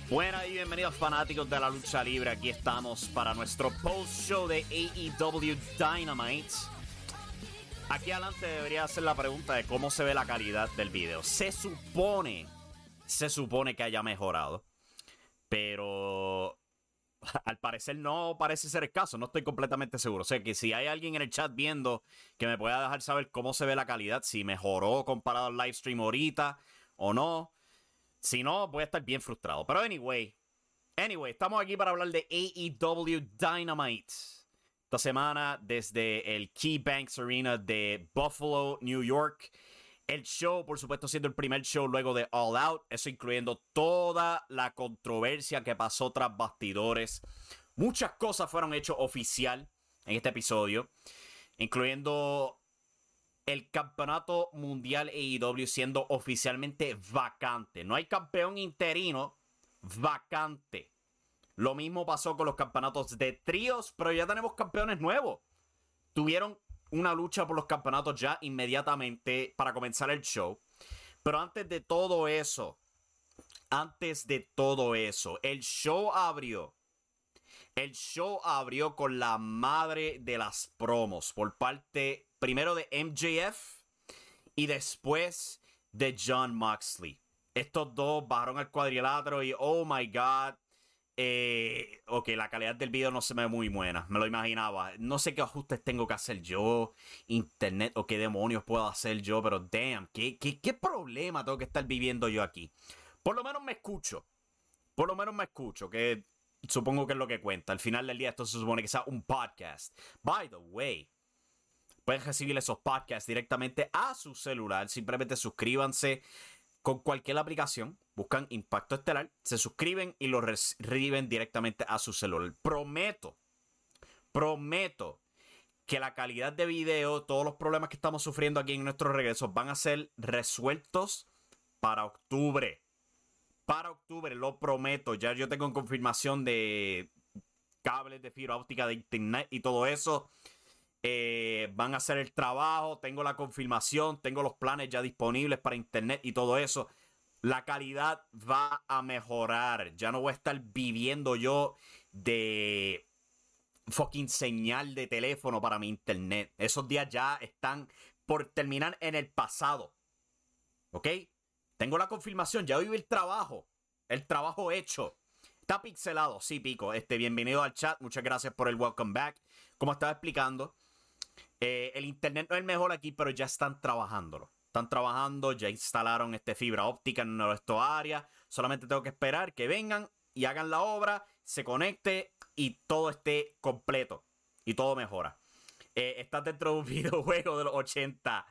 Buenas y bienvenidos fanáticos de la lucha libre. Aquí estamos para nuestro post-show de AEW Dynamite. Aquí adelante debería hacer la pregunta de cómo se ve la calidad del video. Se supone que haya mejorado, pero al parecer no parece ser el caso. No estoy completamente seguro. O sea que si hay alguien en el chat viendo que me pueda dejar saber cómo se ve la calidad, si mejoró comparado al live stream ahorita o no. Si no, voy a estar bien frustrado. Pero anyway, estamos aquí para hablar de AEW Dynamite. Esta semana desde el KeyBank Arena de Buffalo, New York. El show, por supuesto, siendo el primer show luego de All Out. Eso incluyendo toda la controversia que pasó tras bastidores. Muchas cosas fueron hechas oficial en este episodio, incluyendo el campeonato mundial AEW siendo oficialmente vacante. No hay campeón interino, vacante. Lo mismo pasó con los campeonatos de tríos, pero ya tenemos campeones nuevos. Tuvieron una lucha por los campeonatos ya inmediatamente para comenzar el show. Pero antes de todo eso, el show abrió. El show abrió con la madre de las promos por parte primero de MJF y después de Jon Moxley. Estos dos bajaron al cuadrilátero y oh my god. Ok, la calidad del video no se me ve muy buena, me lo imaginaba. No sé qué ajustes tengo que hacer yo, internet o qué demonios puedo hacer yo, pero damn, ¿qué problema tengo que estar viviendo yo aquí? Por lo menos me escucho, que supongo que es lo que cuenta. Al final del día esto se supone que sea un podcast. By the way, pueden recibir esos podcasts directamente a su celular. Simplemente suscríbanse con cualquier aplicación. Buscan Impacto Estelar, se suscriben y lo reciben directamente a su celular. Prometo que la calidad de video, todos los problemas que estamos sufriendo aquí en nuestros regresos van a ser resueltos para octubre. Para octubre, lo prometo. Ya yo tengo confirmación de cables de fibra óptica de internet y todo eso. Van a hacer el trabajo. Tengo la confirmación. Tengo los planes ya disponibles para internet y todo eso. La calidad va a mejorar. Ya no voy a estar viviendo yo de fucking señal de teléfono para mi internet. Esos días ya están por terminar en el pasado. ¿Ok? Tengo la confirmación. Ya viví el trabajo. El trabajo hecho. Está pixelado. Sí, Pico. Bienvenido al chat. Muchas gracias por el welcome back. Como estaba explicando, el internet no es el mejor aquí, pero ya están trabajándolo. Están trabajando, ya instalaron fibra óptica en nuestra área. Solamente tengo que esperar que vengan y hagan la obra, se conecte y todo esté completo. Y todo mejora. Estás dentro de un videojuego de los 80.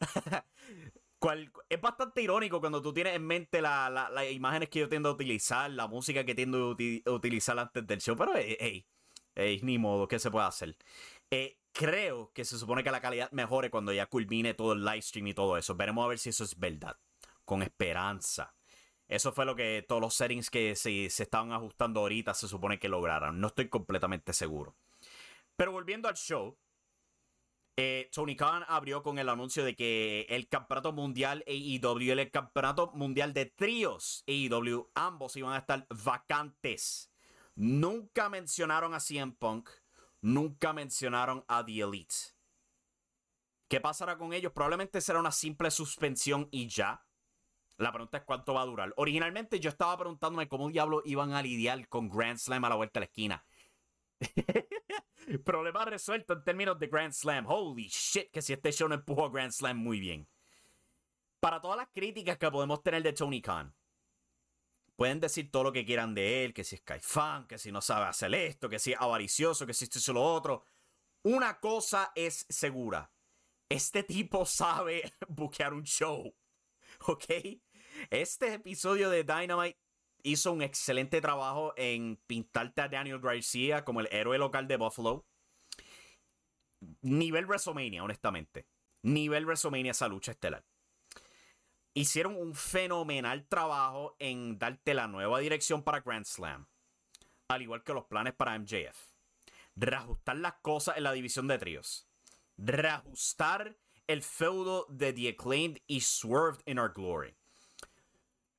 Es bastante irónico cuando tú tienes en mente las imágenes que yo tiendo a utilizar, la música que tiendo a utilizar antes del show. Pero, ni modo, ¿qué se puede hacer? Creo que se supone que la calidad mejore cuando ya culmine todo el live stream y todo eso. Veremos a ver si eso es verdad. Con esperanza. Eso fue lo que todos los settings que se estaban ajustando ahorita se supone que lograran. No estoy completamente seguro. Pero volviendo al show, Tony Khan abrió con el anuncio de que el campeonato mundial AEW y el campeonato mundial de tríos AEW, ambos iban a estar vacantes. Nunca mencionaron a CM Punk. Nunca mencionaron a The Elite. ¿Qué pasará con ellos? Probablemente será una simple suspensión y ya. La pregunta es cuánto va a durar. Originalmente yo estaba preguntándome cómo diablos iban a lidiar con Grand Slam a la vuelta de la esquina. Problema resuelto en términos de Grand Slam. Holy shit, que si este show no empujó a Grand Slam muy bien. Para todas las críticas que podemos tener de Tony Khan, pueden decir todo lo que quieran de él, que si es caifán, que si no sabe hacer esto, que si es avaricioso, que si esto y lo otro. Una cosa es segura. Este tipo sabe buquear un show. ¿Ok? Este episodio de Dynamite hizo un excelente trabajo en pintarte a Daniel García como el héroe local de Buffalo. Nivel WrestleMania, honestamente. Nivel WrestleMania esa lucha estelar. Hicieron un fenomenal trabajo en darte la nueva dirección para Grand Slam. Al igual que los planes para MJF. Reajustar las cosas en la división de tríos. Reajustar el feudo de The Acclaimed y Swerved in Our Glory.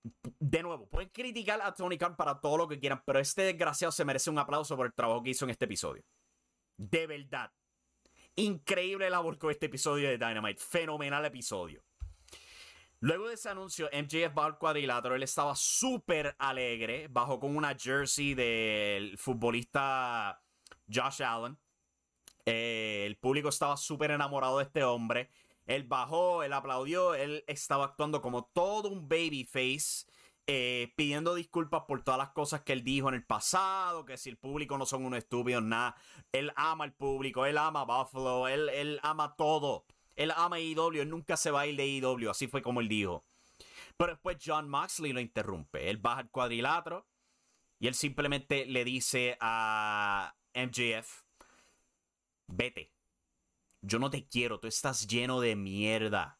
De nuevo, pueden criticar a Tony Khan para todo lo que quieran, pero este desgraciado se merece un aplauso por el trabajo que hizo en este episodio. De verdad. Increíble labor con este episodio de Dynamite. Fenomenal episodio. Luego de ese anuncio, MJF bajó al cuadrilátero. Él estaba súper alegre. Bajó con una jersey del futbolista Josh Allen. El público estaba súper enamorado de este hombre. Él bajó, él aplaudió. Él estaba actuando como todo un babyface. Pidiendo disculpas por todas las cosas que él dijo en el pasado, que si el público no son unos estúpidos, nada. Él ama al público, él ama a Buffalo, él ama todo. Él ama a AEW, él nunca se va a ir de AEW, así fue como él dijo. Pero después Jon Moxley lo interrumpe. Él baja al cuadrilátero y él simplemente le dice a MJF, vete, yo no te quiero, tú estás lleno de mierda.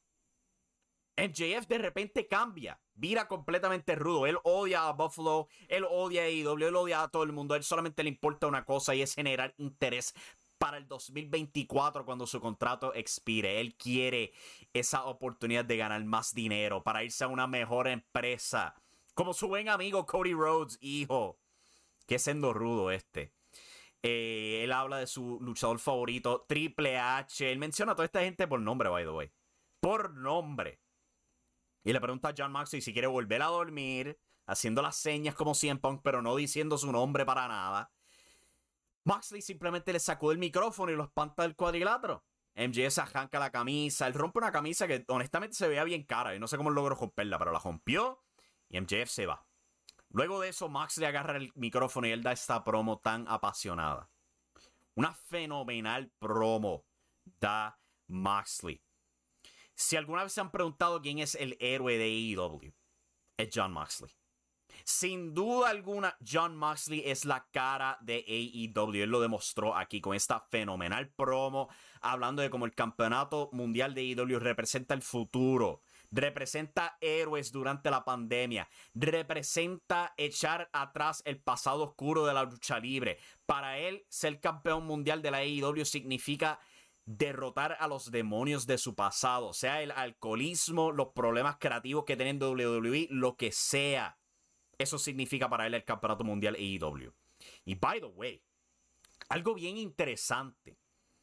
MJF de repente cambia, vira completamente rudo. Él odia a Buffalo, él odia a AEW, él odia a todo el mundo. A él solamente le importa una cosa y es generar interés para el 2024 cuando su contrato expire. Él quiere esa oportunidad de ganar más dinero para irse a una mejor empresa. Como su buen amigo Cody Rhodes, hijo. Qué sendo rudo este. Él habla de su luchador favorito, Triple H. Él menciona a toda esta gente por nombre, by the way. Por nombre. Y le pregunta a Jon Moxley si quiere volver a dormir, haciendo las señas como CM Punk, pero no diciendo su nombre para nada. Moxley simplemente le sacó el micrófono y lo espanta del cuadrilátero. MJF se arranca la camisa. Él rompe una camisa que honestamente se veía bien cara. Y no sé cómo logró romperla, pero la rompió. Y MJF se va. Luego de eso, Moxley agarra el micrófono y él da esta promo tan apasionada. Una fenomenal promo da Moxley. Si alguna vez se han preguntado quién es el héroe de AEW, es Jon Moxley. Sin duda alguna, Jon Moxley es la cara de AEW. Él lo demostró aquí con esta fenomenal promo, hablando de cómo el campeonato mundial de AEW representa el futuro, representa héroes durante la pandemia, representa echar atrás el pasado oscuro de la lucha libre. Para él, ser campeón mundial de la AEW significa derrotar a los demonios de su pasado, sea el alcoholismo, los problemas creativos que tienen WWE, lo que sea. Eso significa para él el campeonato mundial AEW. Y by the way, algo bien interesante.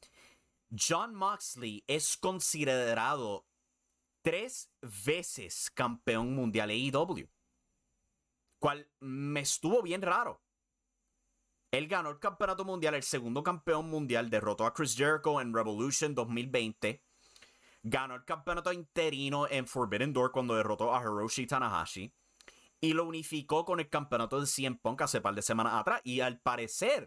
Jon Moxley es considerado 3 veces campeón mundial AEW. Cual me estuvo bien raro. Él ganó el campeonato mundial, el segundo campeón mundial, derrotó a Chris Jericho en Revolution 2020. Ganó el campeonato interino en Forbidden Door cuando derrotó a Hiroshi Tanahashi. Y lo unificó con el campeonato de CM Punk hace par de semanas atrás. Y al parecer,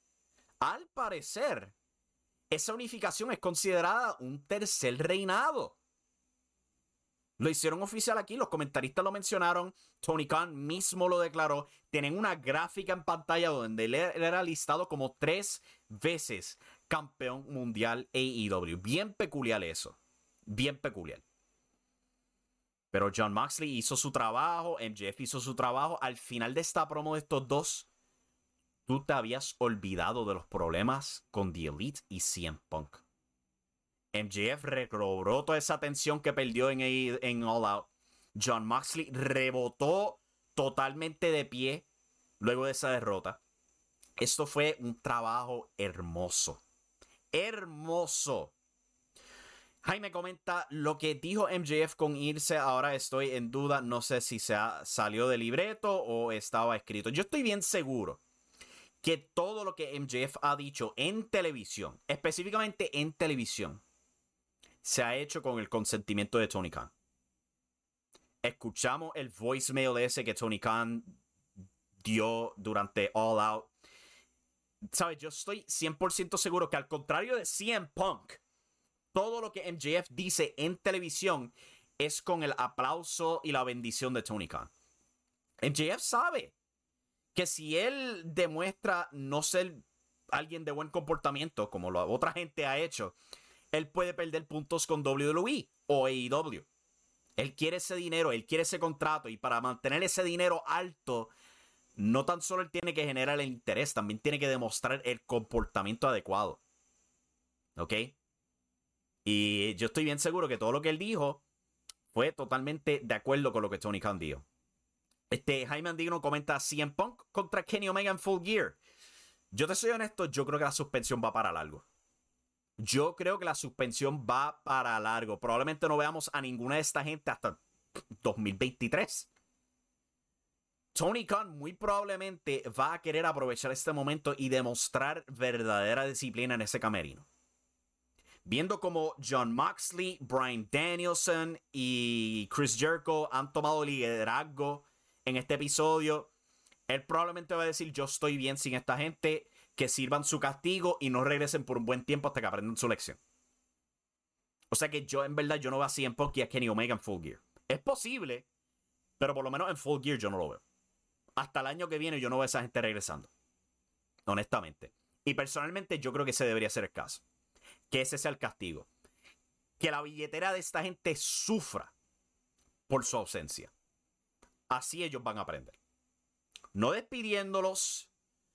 esa unificación es considerada un tercer reinado. Lo hicieron oficial aquí, los comentaristas lo mencionaron, Tony Khan mismo lo declaró. Tienen una gráfica en pantalla donde él era listado como 3 veces campeón mundial AEW. Bien peculiar eso, bien peculiar. Pero Jon Moxley hizo su trabajo, MJF hizo su trabajo. Al final de esta promo de estos dos, tú te habías olvidado de los problemas con The Elite y CM Punk. MJF recobró toda esa tensión que perdió en All Out. Jon Moxley rebotó totalmente de pie luego de esa derrota. Esto fue un trabajo hermoso. Hermoso. Jaime comenta lo que dijo MJF con irse. Ahora estoy en duda. No sé si salió del libreto o estaba escrito. Yo estoy bien seguro que todo lo que MJF ha dicho en televisión, específicamente en televisión, se ha hecho con el consentimiento de Tony Khan. Escuchamos el voicemail ese que Tony Khan dio durante All Out. ¿Sabes? Yo estoy 100% seguro que al contrario de CM Punk, todo lo que MJF dice en televisión es con el aplauso y la bendición de Tony Khan. MJF sabe que si él demuestra no ser alguien de buen comportamiento, como la otra gente ha hecho, él puede perder puntos con WWE o AEW. Él quiere ese dinero, él quiere ese contrato, y para mantener ese dinero alto, no tan solo él tiene que generar el interés, también tiene que demostrar el comportamiento adecuado. ¿Ok? Y yo estoy bien seguro que todo lo que él dijo fue totalmente de acuerdo con lo que Tony Khan dijo. Jaime Andigno comenta CM Punk contra Kenny Omega en Full Gear. Yo te soy honesto, yo creo que la suspensión va para largo. Yo creo que la suspensión va para largo. Probablemente no veamos a ninguna de esta gente hasta 2023. Tony Khan muy probablemente va a querer aprovechar este momento y demostrar verdadera disciplina en ese camerino. Viendo como Jon Moxley, Bryan Danielson y Chris Jericho han tomado liderazgo en este episodio, él probablemente va a decir: yo estoy bien sin esta gente, que sirvan su castigo y no regresen por un buen tiempo hasta que aprendan su lección. O sea que yo, en verdad, yo no veo a CM Punk y a Kenny Omega en Full Gear. Es posible, pero por lo menos en Full Gear yo no lo veo. Hasta el año que viene yo no veo a esa gente regresando. Honestamente. Y personalmente yo creo que ese debería ser el caso. Que ese sea el castigo. Que la billetera de esta gente sufra por su ausencia. Así ellos van a aprender. No despidiéndolos,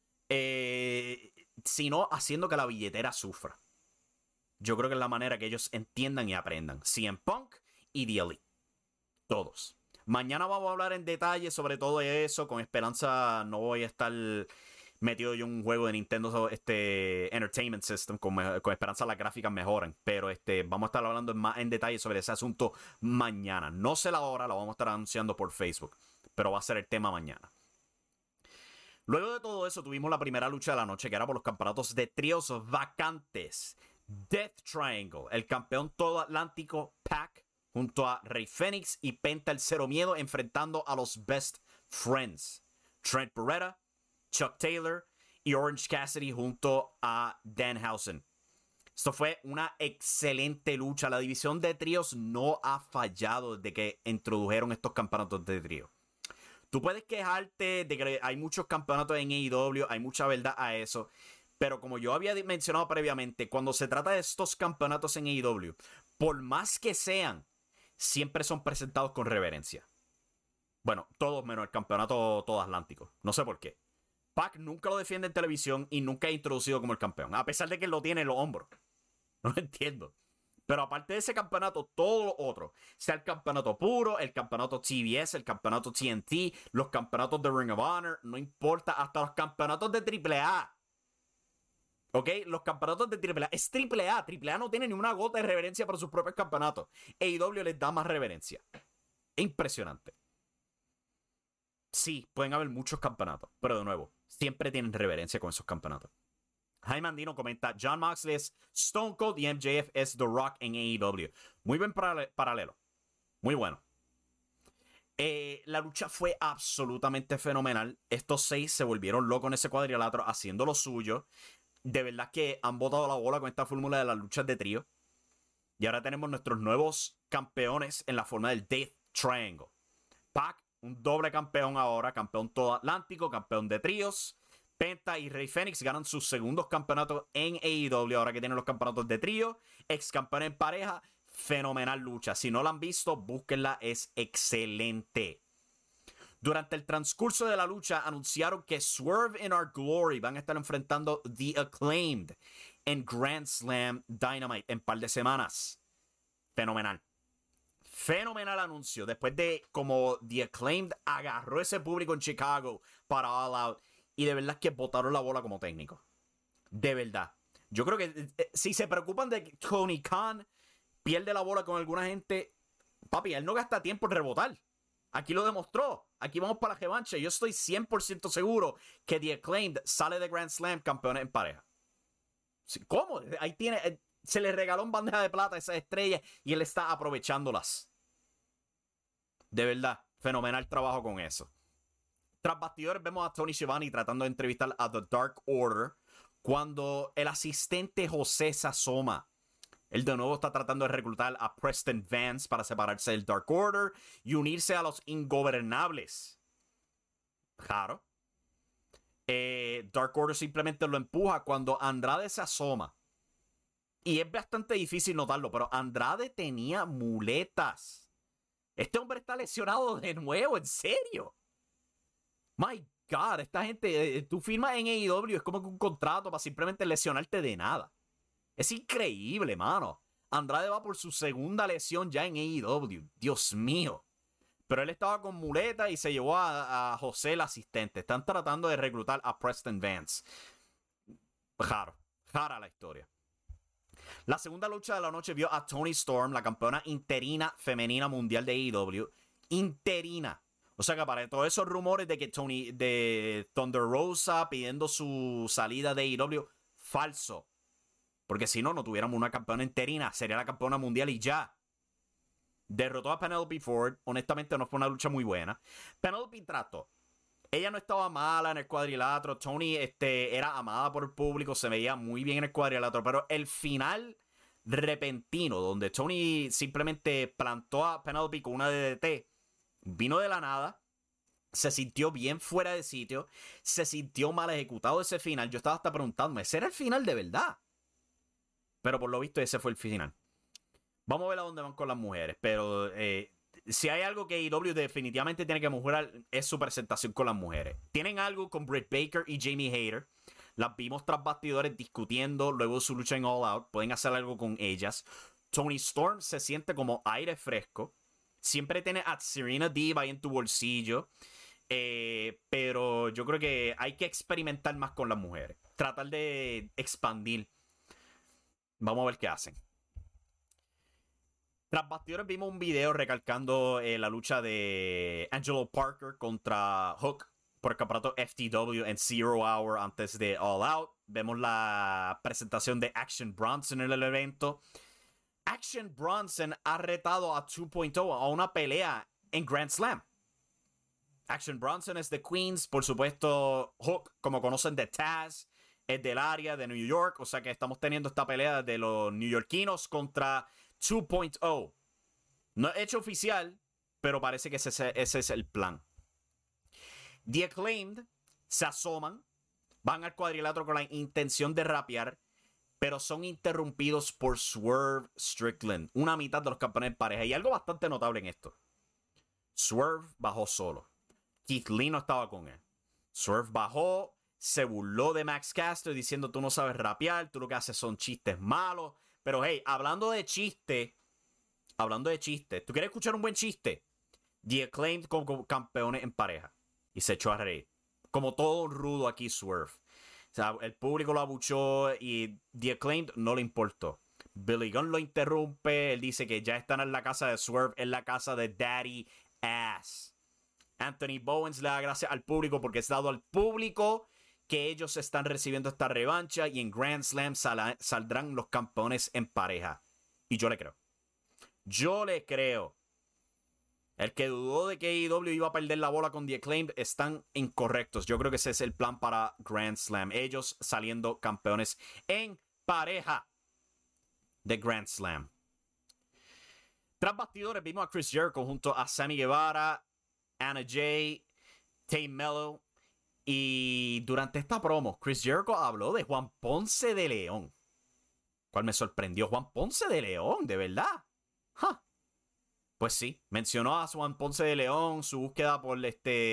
sino haciendo que la billetera sufra. Yo creo que es la manera que ellos entiendan y aprendan. CM Punk y The Elite. Todos. Mañana vamos a hablar en detalle sobre todo eso. Con esperanza no voy a estar metido yo en un juego de Nintendo Entertainment System. Con esperanza las gráficas mejoran. Pero vamos a estar hablando más en detalle sobre ese asunto mañana. No sé la hora, la vamos a estar anunciando por Facebook. Pero va a ser el tema mañana. Luego de todo eso tuvimos la primera lucha de la noche, que era por los campeonatos de tríos vacantes. Death Triangle, el campeón todo atlántico Pac, junto a Rey Fénix y Penta el Cero Miedo, enfrentando a los Best Friends. Trent Beretta, Chuck Taylor y Orange Cassidy junto a Danhausen. Esto fue una excelente lucha. La división de tríos no ha fallado desde que introdujeron estos campeonatos de trío. Tú puedes quejarte de que hay muchos campeonatos en AEW, hay mucha verdad a eso. Pero como yo había mencionado previamente, cuando se trata de estos campeonatos en AEW, por más que sean, siempre son presentados con reverencia. Bueno, todos menos el campeonato todo atlántico. No sé por qué. Pac nunca lo defiende en televisión y nunca ha introducido como el campeón. A pesar de que lo tiene en los hombros. No lo entiendo. Pero aparte de ese campeonato, todo lo otro, sea el campeonato puro, el campeonato TBS, el campeonato TNT, los campeonatos de Ring of Honor, no importa, hasta los campeonatos de AAA. ¿Ok? Los campeonatos de AAA. Es AAA. AAA no tiene ni una gota de reverencia por sus propios campeonatos. AEW les da más reverencia. Impresionante. Sí, pueden haber muchos campeonatos. Pero de nuevo, siempre tienen reverencia con esos campeonatos. Jaime Andino comenta: Jon Moxley es Stone Cold y MJF es The Rock en AEW. Muy buen paralelo. Muy bueno. La lucha fue absolutamente fenomenal. Estos 6 se volvieron locos en ese cuadrilátero haciendo lo suyo. De verdad que han botado la bola con esta fórmula de las luchas de trío. Y ahora tenemos nuestros nuevos campeones en la forma del Death Triangle. Pac, un doble campeón ahora, campeón todo atlántico, campeón de tríos. Penta y Rey Fénix ganan sus segundos campeonatos en AEW, ahora que tienen los campeonatos de trío. Ex campeón en pareja. Fenomenal lucha. Si no la han visto, búsquenla, es excelente. Durante el transcurso de la lucha anunciaron que Swerve in Our Glory van a estar enfrentando The Acclaimed en Grand Slam Dynamite en par de semanas. Fenomenal. Fenomenal anuncio. Después de como The Acclaimed agarró ese público en Chicago para All Out y de verdad que botaron la bola como técnico. De verdad. Yo creo que si se preocupan de que Tony Khan pierde la bola con alguna gente, papi, él no gasta tiempo en rebotar. Aquí lo demostró. Aquí vamos para la revancha. Yo estoy 100% seguro que The Acclaimed sale de Grand Slam campeones en pareja. ¿Cómo? Ahí tiene. Se le regaló en bandeja de plata a esas estrellas y él está aprovechándolas. De verdad, fenomenal trabajo con eso. Tras bastidores vemos a Tony Schiavone tratando de entrevistar a The Dark Order cuando el asistente José se asoma. Él de nuevo está tratando de reclutar a Preston Vance para separarse del Dark Order y unirse a los Ingobernables. Claro. Dark Order simplemente lo empuja cuando Andrade se asoma. Y es bastante difícil notarlo, pero Andrade tenía muletas. Este hombre está lesionado de nuevo, en serio. My God, esta gente, tú firmas en AEW, es como que un contrato para simplemente lesionarte de nada. Es increíble, mano. Andrade va por su segunda lesión ya en AEW. Dios mío. Pero él estaba con muleta y se llevó a José, el asistente. Están tratando de reclutar a Preston Vance. Rara la historia. La segunda lucha de la noche vio a Toni Storm, la campeona interina femenina mundial de AEW. Interina. O sea que para todos esos rumores de que de Thunder Rosa pidiendo su salida de AEW, falso. Porque si no, no tuviéramos una campeona interina. Sería la campeona mundial y ya. Derrotó a Penelope Ford. Honestamente no fue una lucha muy buena. Penelope trató. Ella no estaba mala en el cuadrilátero. Toni era amada por el público. Se veía muy bien en el cuadrilátero. Pero el final repentino, donde Toni simplemente plantó a Penelope con una DDT, vino de la nada. Se sintió bien fuera de sitio. Se sintió mal ejecutado ese final. Yo estaba hasta preguntándome, ¿ese era el final de verdad? Pero por lo visto ese fue el final. Vamos a ver a dónde van con las mujeres. Pero si hay algo que AEW definitivamente tiene que mejorar, es su presentación con las mujeres. Tienen algo con Britt Baker y Jamie Hayter. Las vimos tras bastidores discutiendo luego de su lucha en All Out. Pueden hacer algo con ellas. Toni Storm se siente como aire fresco. Siempre tiene a Serena Deeb ahí en tu bolsillo. Pero yo creo que hay que experimentar más con las mujeres. Tratar de expandir. Vamos a ver qué hacen. Tras bastidores vimos un video recalcando la lucha de Angelo Parker contra Hook por el campeonato FTW en Zero Hour antes de All Out. Vemos la presentación de Action Bronson en el evento. Action Bronson ha retado a 2.0 a una pelea en Grand Slam. Action Bronson es de Queens, por supuesto Hook, como conocen, de Taz, es del área de New York, o sea que estamos teniendo esta pelea de los neoyorquinos contra 2.0. No es hecho oficial, pero parece que ese es el plan. The Acclaimed se asoman, van al cuadrilátero con la intención de rapear, pero son interrumpidos por Swerve Strickland, una mitad de los campeones en pareja. Y algo bastante notable en esto. Swerve bajó solo. Keith Lee no estaba con él. Swerve bajó, se burló de Max Caster diciendo: tú no sabes rapear, tú lo que haces son chistes malos. Pero hey, hablando de chistes, ¿tú quieres escuchar un buen chiste? The Acclaimed como campeones en pareja. Y se echó a reír. Como todo un rudo aquí, Swerve. O sea, el público lo abuchó y The Acclaimed no le importó. Billy Gunn lo interrumpe. Él dice que ya están en la casa de Swerve, en la casa de Daddy Ass. Anthony Bowens le da gracias al público porque es dado al público que ellos están recibiendo esta revancha y en Grand Slam saldrán los campeones en pareja. Y yo le creo. Yo le creo. El que dudó de que AEW iba a perder la bola con The Acclaimed están incorrectos. Yo creo que ese es el plan para Grand Slam. Ellos saliendo campeones en pareja de Grand Slam. Tras bastidores vimos a Chris Jericho junto a Sammy Guevara, Anna Jay, Tay Mello. Y durante esta promo, Chris Jericho habló de Juan Ponce de León. ¿Cuál me sorprendió? Juan Ponce de León, de verdad. Huh. Pues sí, mencionó a Juan Ponce de León, su búsqueda por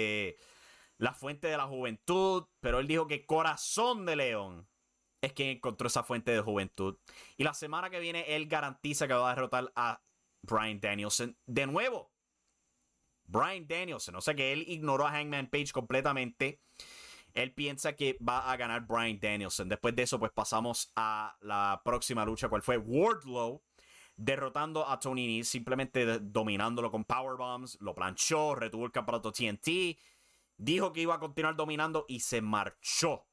la fuente de la juventud, pero él dijo que Corazón de León es quien encontró esa fuente de juventud. Y la semana que viene él garantiza que va a derrotar a Bryan Danielson de nuevo. Bryan Danielson, o sea que él ignoró a Hangman Page completamente. Él piensa que va a ganar Bryan Danielson. Después de eso, pues pasamos a la próxima lucha, cual fue Wardlow derrotando a Tony Nese, simplemente dominándolo con powerbombs, lo planchó, retuvo el campeonato TNT, dijo que iba a continuar dominando y se marchó.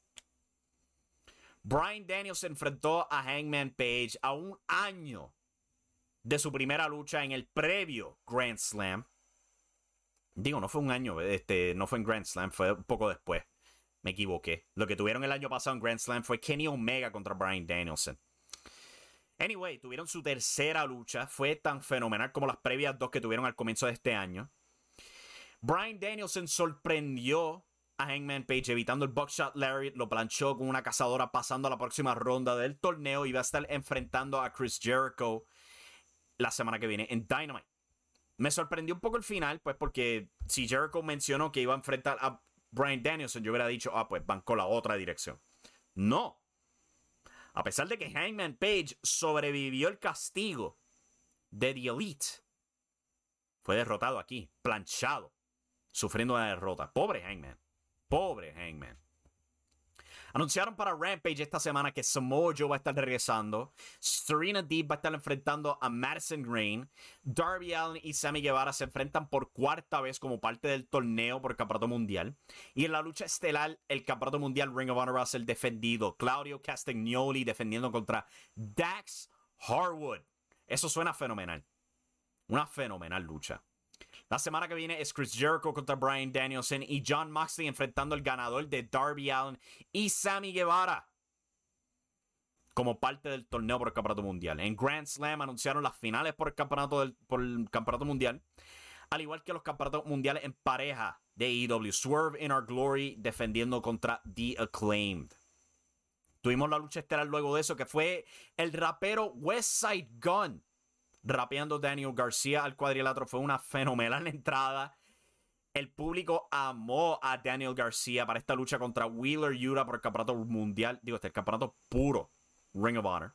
Bryan Danielson enfrentó a Hangman Page a un año de su primera lucha en el previo Grand Slam. Digo, no fue un año, no fue en Grand Slam, fue un poco después. Me equivoqué. Lo que tuvieron el año pasado en Grand Slam fue Kenny Omega contra Bryan Danielson. Anyway, tuvieron su tercera lucha. Fue tan fenomenal como las previas dos que tuvieron al comienzo de este año. Bryan Danielson sorprendió a Hangman Page evitando el Buckshot Lariat. Lo planchó con una cazadora pasando a la próxima ronda del torneo. Y va a estar enfrentando a Chris Jericho la semana que viene en Dynamite. Me sorprendió un poco el final, pues porque si Jericho mencionó que iba a enfrentar a Bryan Danielson, yo hubiera dicho, pues van con la otra dirección. No. A pesar de que Hangman Page sobrevivió el castigo de The Elite, Fue derrotado aquí, planchado, sufriendo una derrota. Pobre Hangman. Anunciaron para Rampage esta semana que Samoa Joe va a estar regresando. Serena Deeb va a estar enfrentando a Madison Rayne. Darby Allin y Sammy Guevara se enfrentan por cuarta vez como parte del torneo por el Campeonato Mundial. Y en la lucha estelar, el Campeonato Mundial Ring of Honor va a ser defendido. Claudio Castagnoli defendiendo contra Dax Harwood. Eso suena fenomenal. Una fenomenal lucha. La semana que viene es Chris Jericho contra Bryan Danielson y Jon Moxley enfrentando al ganador de Darby Allin y Sammy Guevara como parte del torneo por el Campeonato Mundial. En Grand Slam anunciaron las finales por el Campeonato Mundial, al igual que los Campeonatos Mundiales en pareja de AEW. Swerve in Our Glory defendiendo contra The Acclaimed. Tuvimos la lucha estelar luego de eso, que fue el rapero Westside Gunn rapeando Daniel García al cuadrilátero. Fue una fenomenal entrada. El público amó a Daniel García para esta lucha contra Wheeler Yuta por el campeonato mundial. El campeonato puro Ring of Honor.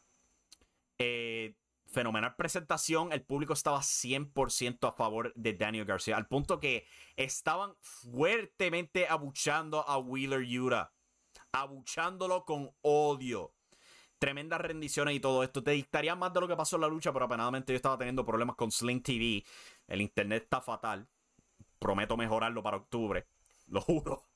Fenomenal presentación. El público estaba 100% a favor de Daniel García, al punto que estaban fuertemente abuchando a Wheeler Yuta, abuchándolo con odio. Tremendas rendiciones y todo esto. Te dictaría más de lo que pasó en la lucha, pero apenadamente yo estaba teniendo problemas con Sling TV. El internet está fatal. Prometo mejorarlo para octubre. Lo juro.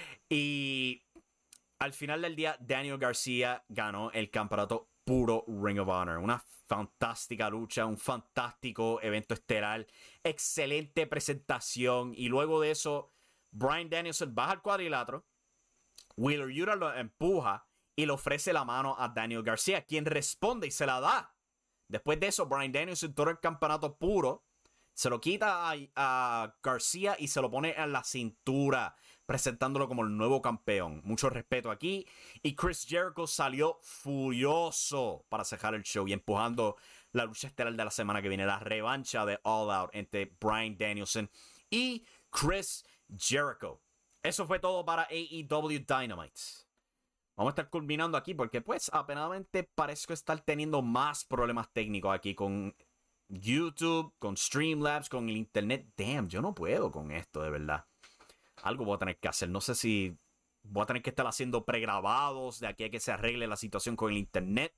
Y al final del día, Daniel García ganó el campeonato puro Ring of Honor. Una fantástica lucha, un fantástico evento estelar. Excelente presentación. Y luego de eso, Bryan Danielson baja al cuadrilátero. Wheeler Yuta lo empuja y le ofrece la mano a Daniel García, quien responde y se la da. Después de eso, Bryan Danielson todo el campeonato puro, se lo quita a García y se lo pone en la cintura, presentándolo como el nuevo campeón. Mucho respeto aquí. Y Chris Jericho salió furioso para cerrar el show y empujando la lucha estelar de la semana que viene, la revancha de All Out entre Bryan Danielson y Chris Jericho. Eso fue todo para AEW Dynamite. Vamos a estar culminando aquí porque pues apenadamente parezco estar teniendo más problemas técnicos aquí con YouTube, con Streamlabs, con el internet. Damn, yo no puedo con esto, de verdad. Algo voy a tener que hacer. No sé si voy a tener que estar haciendo pregrabados de aquí a que se arregle la situación con el internet.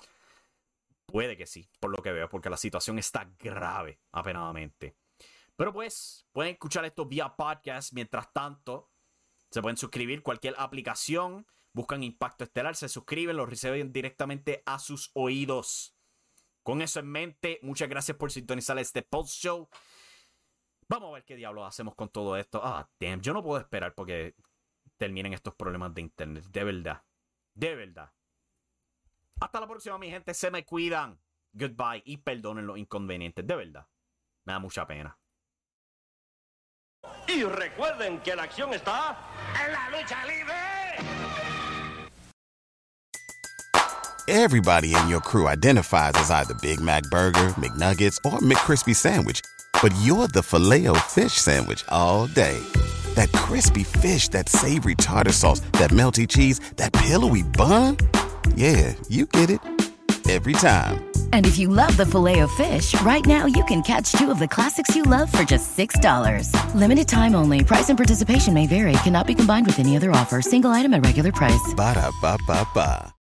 Puede que sí, por lo que veo, porque la situación está grave, apenadamente. Pero pues, pueden escuchar esto vía podcast. Mientras tanto, se pueden suscribir cualquier aplicación. Buscan Impacto Estelar, se suscriben, lo reciben directamente a sus oídos. Con eso en mente, muchas gracias por sintonizar este post-show. Vamos a ver qué diablos hacemos con todo esto. Damn, yo no puedo esperar porque terminen estos problemas de internet. De verdad. De verdad. Hasta la próxima, mi gente. Se me cuidan. Goodbye y perdonen los inconvenientes. De verdad. Me da mucha pena. Y recuerden que la acción está en la lucha libre. Everybody in your crew identifies as either Big Mac Burger, McNuggets, or McCrispy Sandwich. But you're the Filet-O-Fish Sandwich all day. That crispy fish, that savory tartar sauce, that melty cheese, that pillowy bun. Yeah, you get it. Every time. And if you love the Filet-O-Fish, right now you can catch two of the classics you love for just $6. Limited time only. Price and participation may vary. Cannot be combined with any other offer. Single item at regular price. Ba-da-ba-ba-ba.